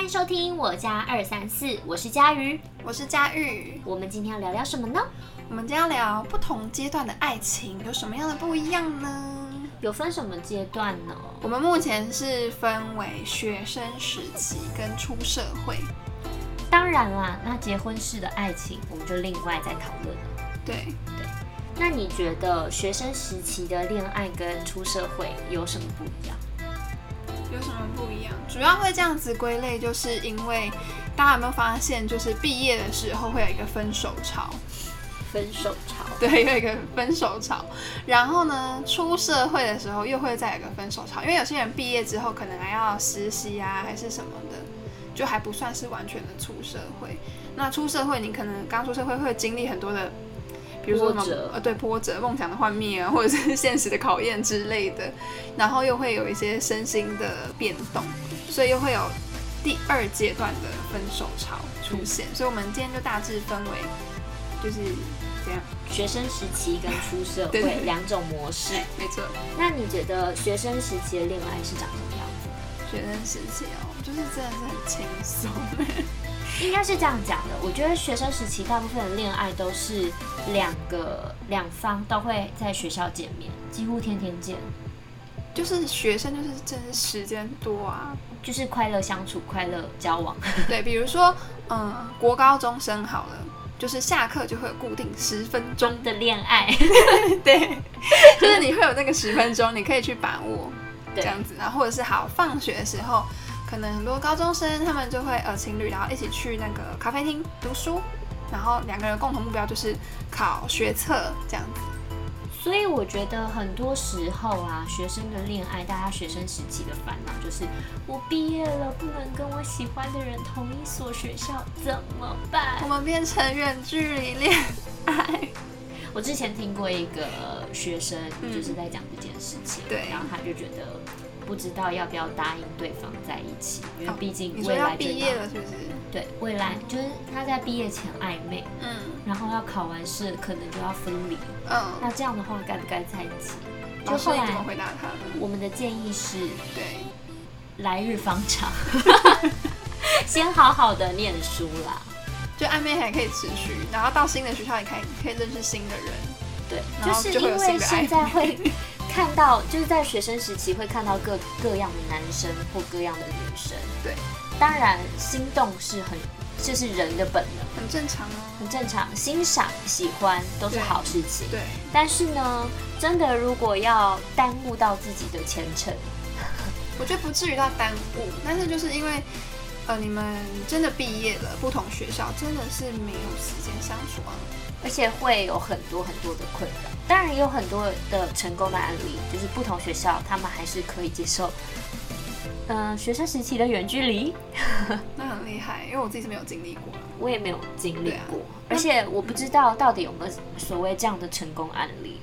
迎收听我家234，我是佳瑜， 我是佳玉。 我们今天要聊聊什么呢？ 我们今天要聊不同阶段的爱情有什么样的不一样呢？ 有分什么阶段呢？ 我们目前是分为学生时期跟出社会。 当然啦，那结婚式的爱情我们就另外再讨论了。 对。 那你觉得学生时期的恋爱跟出社会有什么不一样？ 有什么不一样？主要会这样子归类，就是因为大家有没有发现，就是毕业的时候会有一个分手潮。 分手潮。 对，有一个分手潮。然后呢，出社会的时候又会再有一个分手潮，因为有些人毕业之后可能还要实习啊，还是什么的，就还不算是完全的出社会。那出社会，你可能刚出社会会经历很多的，比如说波折、梦想的幻灭啊，或者是现实的考验之类的，然后又会有一些身心的变动，所以又会有第二阶段的分手潮出现。所以我们今天就大致分为就是这样， 学生时期跟出社会两种模式。 没错。 那你觉得学生时期的恋爱是长什么样子？ 学生时期就是真的是很轻松。 应该是这样讲的，我觉得学生时期大部分的恋爱都是两方都会在学校见面，几乎天天见。 就是学生就是真的时间多啊， 就是快乐相处、快乐交往。 对，比如说国高中生好了，就是下课就会有固定10分钟的恋爱。 对，就是你会有那个10分钟，你可以去把握这样子，然后或者是好放学的时候。可能很多高中生他们就会情侣，然后一起去那个咖啡厅读书，然后两个人共同目标就是考学测这样子。 所以我觉得很多时候啊，学生的恋爱，大家学生时期的烦恼就是我毕业了，不能跟我喜欢的人同一所学校，怎么办？ 我们变成远距离恋爱。 我之前听过一个学生就是在讲这件事情， 对， 然后他就觉得。不知道要不要答应对方在一起，因为毕竟未来毕业了，是不是？ 对，未来就是他在毕业前暧昧，然后要考完试，可能就要分离，那这样的话该不该在一起？ 就后来怎么回答他呢？ 我们的建议是， 对， 来日方长，先好好的念书啦， 就暧昧还可以持续，然后到新的学校也可以认识新的人， 对，就是因为现在会。看到就是在学生时期会看到各样的男生或各样的女生， 对， 当然心动是就是人的本能， 很正常哦， 很正常，欣赏、喜欢都是好事情， 对。 但是呢，真的如果要耽误到自己的前程， 我觉得不至于到耽误，但是就是因为你们真的毕业了，不同学校真的是没有时间相处啊。 而且会有很多很多的困扰，当然也有很多的成功的案例，就是不同学校他们还是可以接受，学生时期的远距离， 那很厉害，因为我自己是没有经历过， 我也没有经历过，而且我不知道到底有没有所谓这样的成功案例，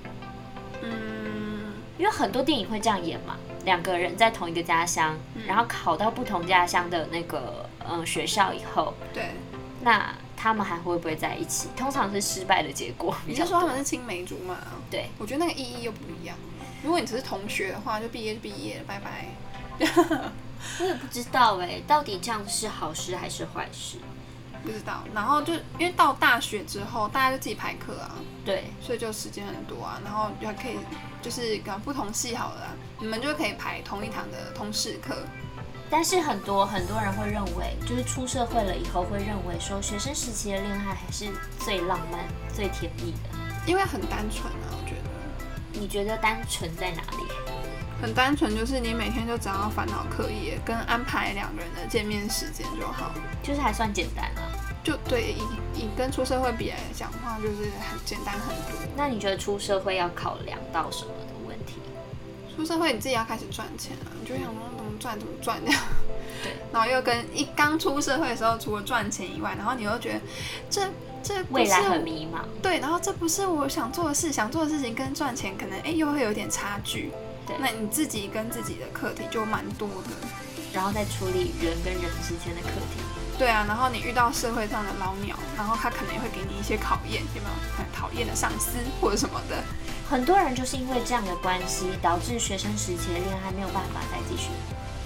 因为很多电影会这样演嘛，两个人在同一个家乡，然后考到不同家乡的那个学校以后， 对， 那。他们还会不会在一起？通常是失败的结果。 你就说他们是青梅竹马？ 对， 我觉得那个意义又不一样。如果你只是同学的话，就毕业就毕业了，拜拜。 我也不知道到底这样是好事还是坏事？ 不知道。然后就因为到大学之后，大家就自己排课啊， 对， 所以就时间很多啊，然后还可以就是搞不同系好了，你们就可以排同一堂的通识课。 但是很多人会认为，就是出社会了以后会认为说，学生时期的恋爱还是最浪漫、最甜蜜的， 因为很单纯啊，我觉得。 你觉得单纯在哪里？ 很单纯，就是你每天就只要烦恼课业跟安排两个人的见面时间就好， 就是还算简单啊。 就对，以跟出社会比来讲的话，就是很简单很多。 那你觉得出社会要考量到什么的问题？ 出社会你自己要开始赚钱啊，你就想说怎么赚这样。 对。 然后又跟刚出社会的时候，除了赚钱以外，然后你又觉得这未来很迷茫。 对，然后这不是我想做的事情跟赚钱可能又会有点差距。 对。 那你自己跟自己的课题就蛮多的。 然后再处理人跟人之间的课题。 对啊，然后你遇到社会上的老鸟，然后他可能也会给你一些考验，有没有很讨厌的上司或者什么的。 很多人就是因为这样的关系，导致学生时期的恋爱没有办法再继续。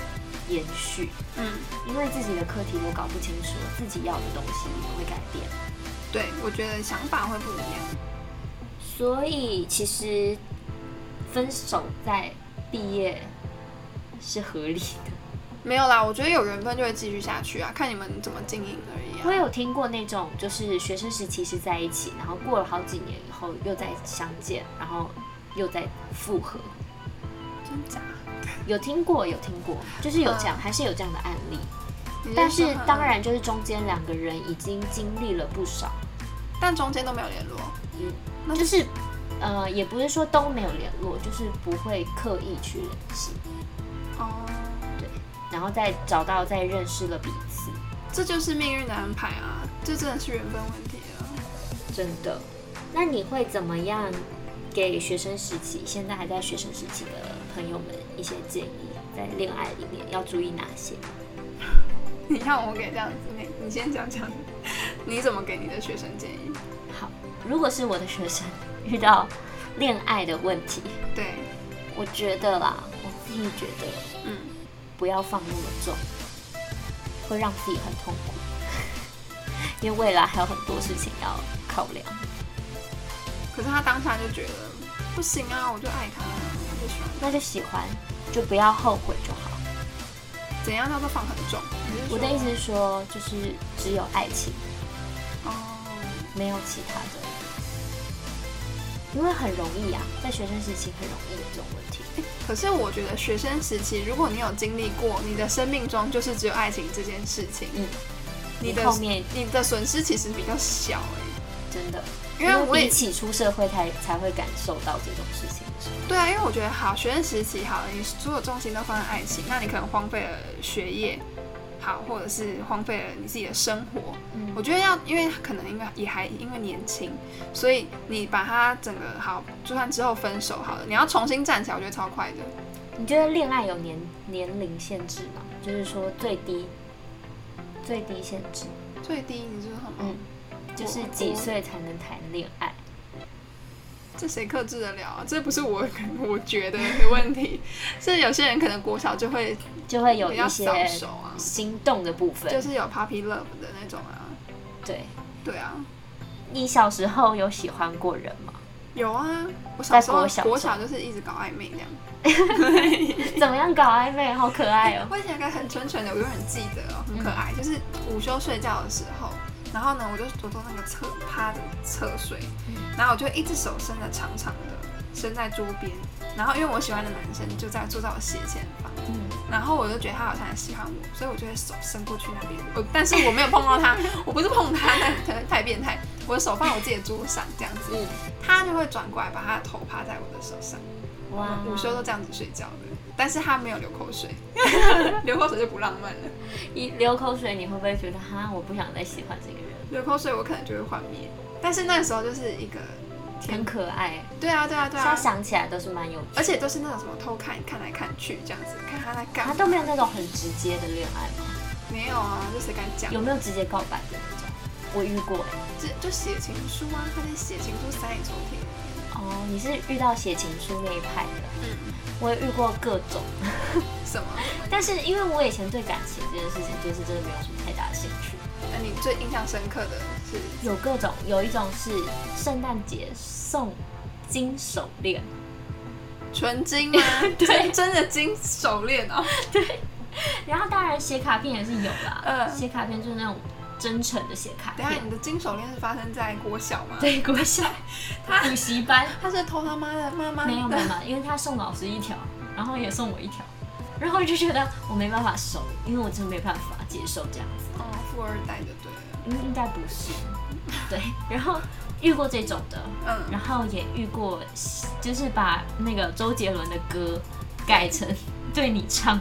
延续。因为自己的课题都搞不清楚，自己要的东西也会改变。 对，我觉得想法会不一样。 所以其实分手在毕业是合理的。 没有啦，我觉得有缘分就会继续下去啊，看你们怎么经营而已啊。 我有听过那种，就是学生时期是在一起，然后过了好几年以后又再相见，然后又再复合。 真假？ 有听过，就是有这样，还是有这样的案例。但是当然，就是中间两个人已经经历了不少， 但中间都没有联络。 就是也不是说都没有联络，就是不会刻意去联系。对，然后再找到，再认识了彼此。 这就是命运的安排啊，这真的是缘分问题了。 真的。那你会怎么样给学生时期，现在还在学生时期的朋友们一些建议，在恋爱里面要注意哪些？ 你看我给这样子，你先讲，你怎么给你的学生建议？ 好，如果是我的学生遇到恋爱的问题， 对， 我觉得啦，我自己觉得，不要放那么重，会让自己很痛苦，因为未来还有很多事情要考量。 可是他当下就觉得不行啊，我就爱他，我就喜欢他， 那就喜欢，就不要后悔就好。 怎样叫做放很重？ 我的意思是说，就是只有爱情，没有其他的，因为很容易啊，在学生时期很容易有这种问题。 可是我觉得学生时期，如果你有经历过，你的生命中就是只有爱情这件事情，你的损失其实比较小真的。 因为比起出社会才会感受到这种事情的时候。 对啊，因为我觉得好，学生时期好了，你所有重心都放在爱情，那你可能荒废了学业，好，或者是荒废了你自己的生活。我觉得因为可能因为年轻，所以你把它整个好，就算之后分手好了，你要重新站起来，我觉得超快的。 你觉得恋爱有年龄限制吗？就是说最低限制。 最低你说什么？ 就是几岁才能谈恋爱？ 这谁克制得了啊？这不是我觉得的问题，是有些人可能国小就会有一些心动的部分， 就是有 puppy love 的那种啊。对啊。 你小时候有喜欢过人吗？ 有啊，我小时候国小就是一直搞暧昧这样。 怎么样搞暧昧？好可爱哦！ 我以前有个很蠢的，我永远记得很可爱，就是午休睡觉的时候。然后呢，我就做那个趴着侧睡，然后我就一只手伸得长长的，伸在桌边。然后因为我喜欢的男生就坐在我斜前方，然后我就觉得他好像很喜欢我，所以我就会手伸过去那边。但是我没有碰到他，我不是碰他，那太变态。我的手放在我自己的桌上这样子，他就会转过来把他的头趴在我的手上。哇！午休都这样子睡觉的，但是他没有流口水，流口水就不浪漫了。 一流口水，你会不会觉得我不想再喜欢这个人？ 流口水我可能就会幻灭，但是那时候就是一个很可爱。 对啊。现在想起来都是蛮有趣的， 而且都是那种什么偷看来看去这样子，看他在干嘛。 他都没有那种很直接的恋爱吗？ 没有啊，就谁敢讲？ 有没有直接告白的那种？我遇过就写情书啊，他在写情书塞你抽屉。 你是遇到写情书那一派的？我也遇过各种。 什么？ 但是因为我以前对感情这件事情就是真的没有什么太大的兴趣。 那你最印象深刻的是？ 有各种，有一种是圣诞节送金手链， 纯金吗？对，真的金手链哦。 对。然后当然写卡片也是有啦，写卡片就是那种真诚的写卡片。 等下，你的金手链是发生在国小吗？ 对，国小，他补习班， 他是偷他妈的妈妈。 没有，因为他送老师一条，然后也送我一条，然后我就觉得我没办法收，因为我真的没办法接受这样子。 富二代就对了。 应该不是。对，然后遇过这种的，然后也遇过，就是把那个周杰伦的歌改成对你唱。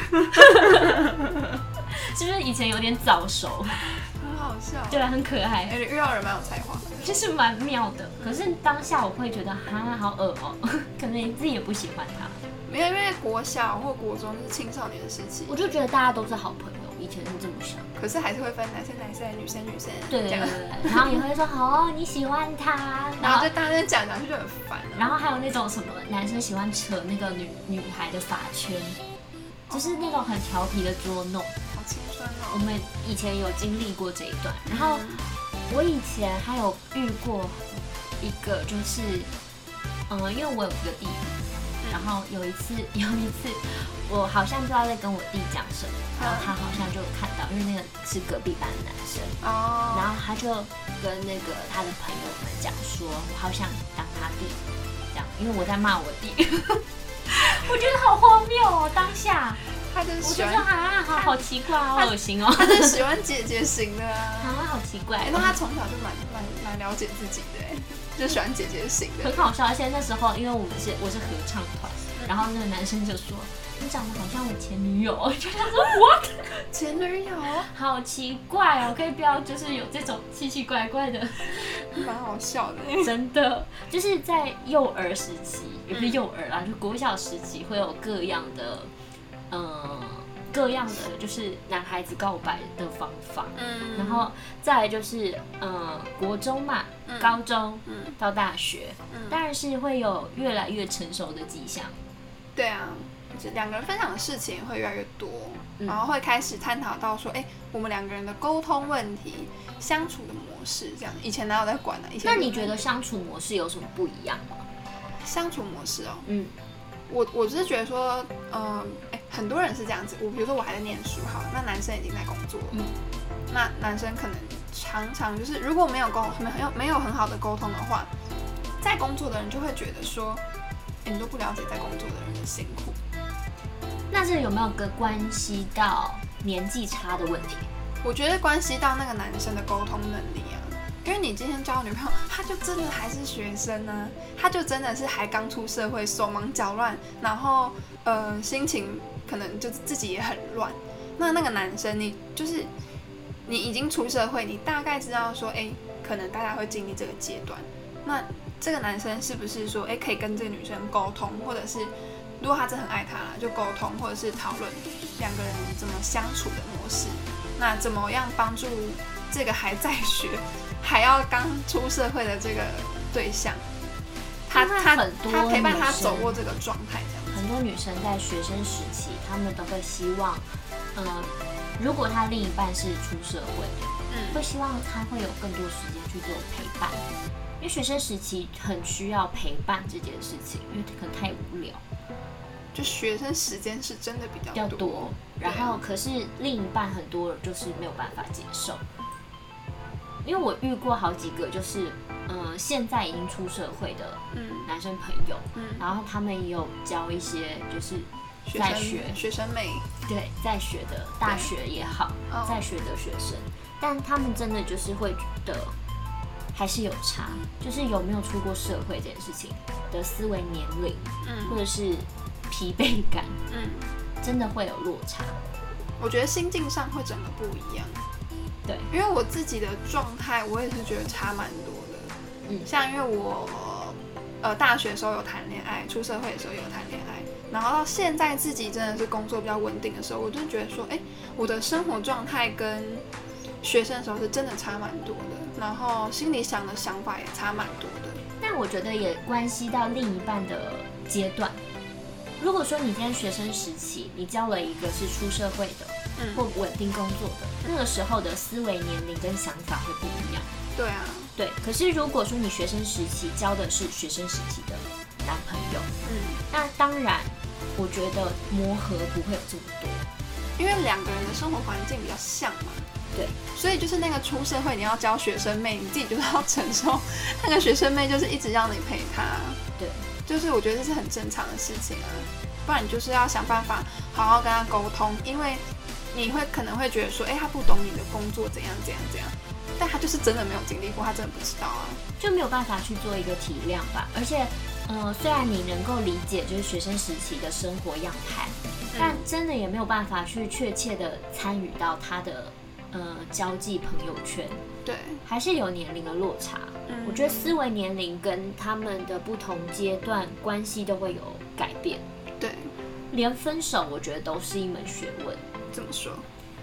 是不是以前有点早熟？ 很好笑。 对啊，很可爱。 遇到人蛮有才华的， 就是蛮妙的。可是当下我会觉得好恶哦，可能你自己也不喜欢他。 没有，因为国小或国中就是青少年的时期， 我就觉得大家都是好朋友，以前是这么想。 可是还是会分男生、女生。 对，然后也会说你喜欢他， 然后就大家在讲就很烦。 然后还有那种什么男生喜欢扯那个女孩的发圈。 就是那种很调皮的捉弄。 好青春我哦。 们以前有经历过这一段，然后我以前还有遇过一个，就是因为我有一个弟弟，然后有一次我好像不知道在跟我弟讲什么，然后他好像就看到，因为那个是隔壁班的男生，然后他就跟那个他的朋友们讲说，我好想当他弟，这样，因为我在骂我弟，我觉得好荒谬哦，当下。 他就是我觉得喜欢， 好奇怪，好恶心哦。 他就是喜欢姐姐型的啊。 好奇怪哦。 那他从小就蛮了解自己的，就喜欢姐姐型的。 很好笑，而且那时候因为我是合唱团，然后那个男生就说你长得好像我前女友，就想说 what 前女友， 好奇怪哦，可以不要就是有这种奇奇怪怪的， 蛮好笑的。 真的就是在幼儿时期，也不是幼儿啦，就国小时期会有各样的就是男孩子告白的方法，然后再来就是国中嘛，高中到大学，当然是会有越来越成熟的迹象。 对啊，两个人分享的事情会越来越多，然后会开始探讨到说，我们两个人的沟通问题、相处的模式这样。以前哪有在管呢？ 那你觉得相处模式有什么不一样吗？ 相处模式哦，我是觉得说，很多人是这样子。比如说我还在念书，好，那男生已经在工作，那男生可能常常就是如果没有很好的沟通的话，在工作的人就会觉得说，你都不了解在工作的人的辛苦。 那这有没有关系到年纪差的问题？ 我觉得关系到那个男生的沟通能力啊。因为你今天交女朋友，他就真的还是学生啊，他就真的是还刚出社会，手忙脚乱，然后心情可能就自己也很乱。那个男生，你已经出社会，你大概知道说，可能大家会经历这个阶段。那这个男生是不是说，可以跟这个女生沟通，或者是如果他真的很爱她啦，就沟通，或者是讨论两个人怎么相处的模式，那怎么样帮助这个还在学还要刚出社会的这个对象，他陪伴他走过这个状态，这样子。 很多女生在学生时期，她们都会希望，如果她另一半是出社会的，会希望他会有更多时间去做陪伴，因为学生时期很需要陪伴这件事情，因为可能太无聊。 就学生时间是真的比较多， 然后可是另一半很多就是没有办法接受。因为我遇过好几个，就是现在已经出社会的男生朋友，然后他们也有教一些就是在学生妹， 对，在学的大学也好，在学的学生，但他们真的就是会觉得还是有差，就是有没有出过社会这件事情的思维年龄，或者是疲惫感，真的会有落差。 我觉得心境上会整个不一样。 对， 因为我自己的状态，我也是觉得差蛮多的。像因为我大学的时候有谈恋爱，出社会的时候有谈恋爱，然后到现在自己真的是工作比较稳定的时候，我就觉得说，我的生活状态跟学生的时候是真的差蛮多的，然后心里想的想法也差蛮多的。 但我觉得也关系到另一半的阶段。如果说你今天学生时期，你交了一个是出社会的，或稳定工作的，那个时候的思维年龄跟想法会不一样。 对啊， 对。可是如果说你学生时期交的是学生时期的男朋友，那当然，我觉得磨合不会有这么多， 因为两个人的生活环境比较像嘛。 对， 所以就是那个出社会你要教学生妹，你自己就是要承受那个学生妹就是一直让你陪她。 对， 就是我觉得这是很正常的事情啊，不然你就是要想办法好好跟他沟通，因为你可能会觉得说，他不懂你的工作怎样怎样怎样，但他就是真的没有经历过，他真的不知道啊， 就没有办法去做一个体谅吧。而且，虽然你能够理解就是学生时期的生活样态，但真的也没有办法去确切的参与到他的交际朋友圈， 对， 还是有年龄的落差。我觉得思维年龄跟他们的不同阶段关系都会有改变。 对， 连分手我觉得都是一门学问。 怎么说？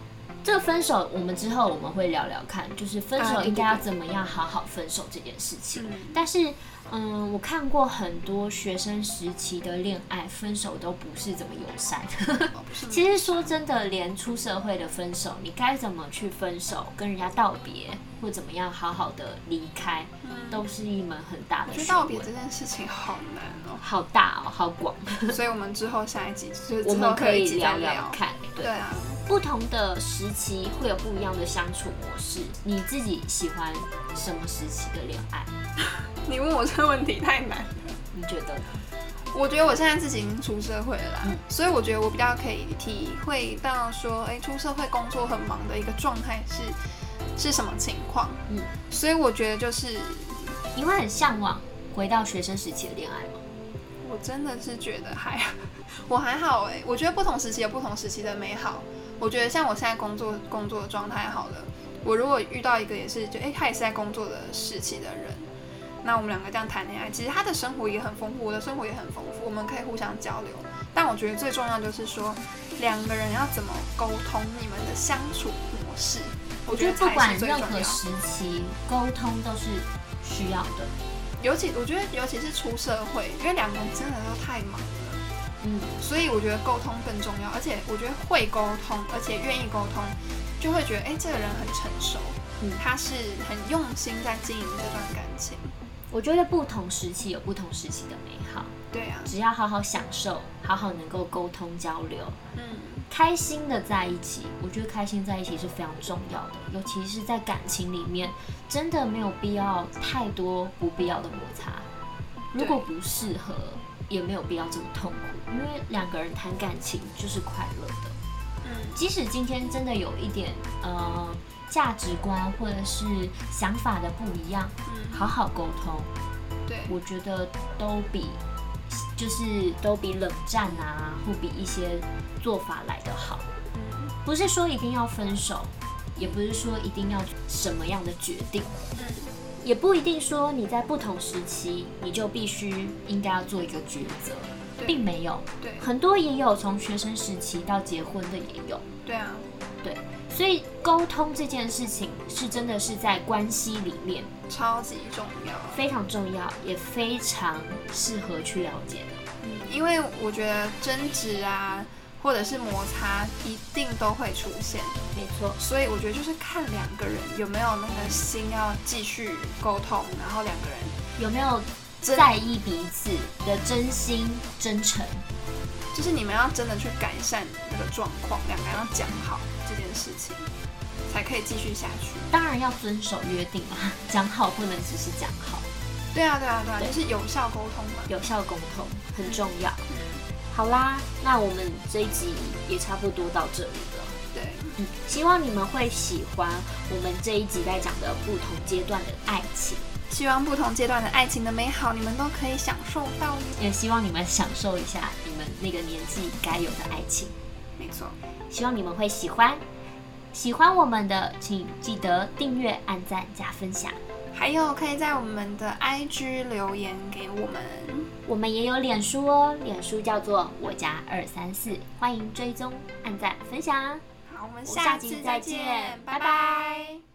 这个分手，我们之后我们会聊聊看，就是分手应该要怎么样好好分手这件事情。但是，我看过很多学生时期的恋爱分手都不是这么友善。其实说真的，连出社会的分手，你该怎么去分手，跟人家道别，或怎么样好好的离开，都是一门很大的学问。 我觉得道别这件事情好难哦， 好大哦，好广。 所以我们之后下一集就是我们可以聊聊聊看。 对啊。 不同的时期会有不一样的相处模式，你自己喜欢什么时期的恋爱？ 你问我这个问题太难了， 你觉得呢？ 我觉得我现在自己已经出社会了啦，所以我觉得我比较可以体会到说，出社会工作很忙的一个状态是什么情况。所以我觉得就是你会很向往回到学生时期的恋爱吗？ 我真的是觉得我还好我觉得不同时期有不同时期的美好。我觉得像我现在工作的状态好了，我如果遇到一个也是他也是在工作的时期的人，那我们两个这样谈恋爱，其实他的生活也很丰富，我的生活也很丰富，我们可以互相交流。但我觉得最重要就是说，两个人要怎么沟通你们的相处模式。 我觉得不管任何时期，沟通都是需要的。 我觉得尤其是出社会，因为两个人真的都太忙了。所以我觉得沟通更重要，而且我觉得会沟通，而且愿意沟通，就会觉得这个人很成熟，他是很用心在经营这段感情。 我觉得不同时期有不同时期的美好。 对啊， 只要好好享受，好好能够沟通交流，开心的在一起，我觉得开心在一起是非常重要的，尤其是在感情里面，真的没有必要太多不必要的摩擦。如果不适合，也没有必要这么痛苦，因为两个人谈感情就是快乐的。即使今天真的有一点价值观或者是想法的不一样，好好沟通， 对， 我觉得都比冷战啊，或比一些做法来得好。不是说一定要分手，也不是说一定要什么样的决定。也不一定说你在不同时期你就必须应该要做一个抉择，并没有。 对， 很多也有从学生时期到结婚的也有。 对啊， 对，所以沟通这件事情是真的是在关系里面超级重要， 非常重要，也非常适合去了解的。 因为我觉得争执啊，或者是摩擦一定都会出现， 没错。 所以我觉得就是看两个人有没有那个心要继续沟通，然后两个人有没有在意彼此的真心真诚， 就是你们要真的去改善那个状况，两个人要讲好这件事情，才可以继续下去。 当然要遵守约定嘛，讲好不能只是讲好。 对啊，就是有效沟通嘛， 有效沟通很重要。好啦，那我们这一集也差不多到这里了。 对， 希望你们会喜欢我们这一集在讲的不同阶段的爱情。 希望不同阶段的爱情的美好，你们都可以享受到。 也希望你们享受一下你们那个年纪该有的爱情。 没错， 希望你们会喜欢。喜欢我们的，请记得订阅、按赞、加分享。 还有可以在我们的 IG 留言给我们。 我们也有脸书哦，脸书叫做我家234，欢迎追踪、按赞、分享。 好，我们下集再见，拜拜。